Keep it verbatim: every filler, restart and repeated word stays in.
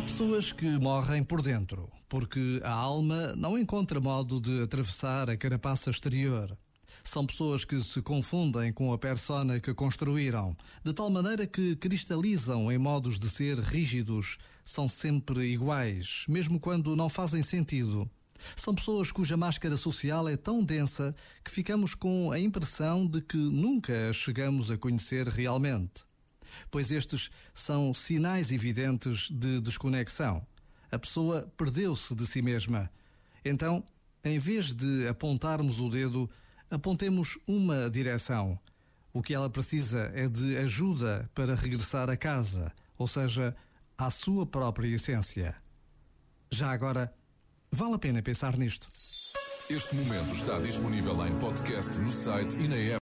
Pessoas que morrem por dentro, porque a alma não encontra modo de atravessar a carapaça exterior. São pessoas que se confundem com a persona que construíram, de tal maneira que cristalizam em modos de ser rígidos, são sempre iguais, mesmo quando não fazem sentido. São pessoas cuja máscara social é tão densa que ficamos com a impressão de que nunca as chegamos a conhecer realmente. Pois estes são sinais evidentes de desconexão. A pessoa perdeu-se de si mesma. Então, em vez de apontarmos o dedo, apontemos uma direção. O que ela precisa é de ajuda para regressar a casa, ou seja, à sua própria essência. Já agora, vale a pena pensar nisto. Este momento está disponível em podcast no site e na app.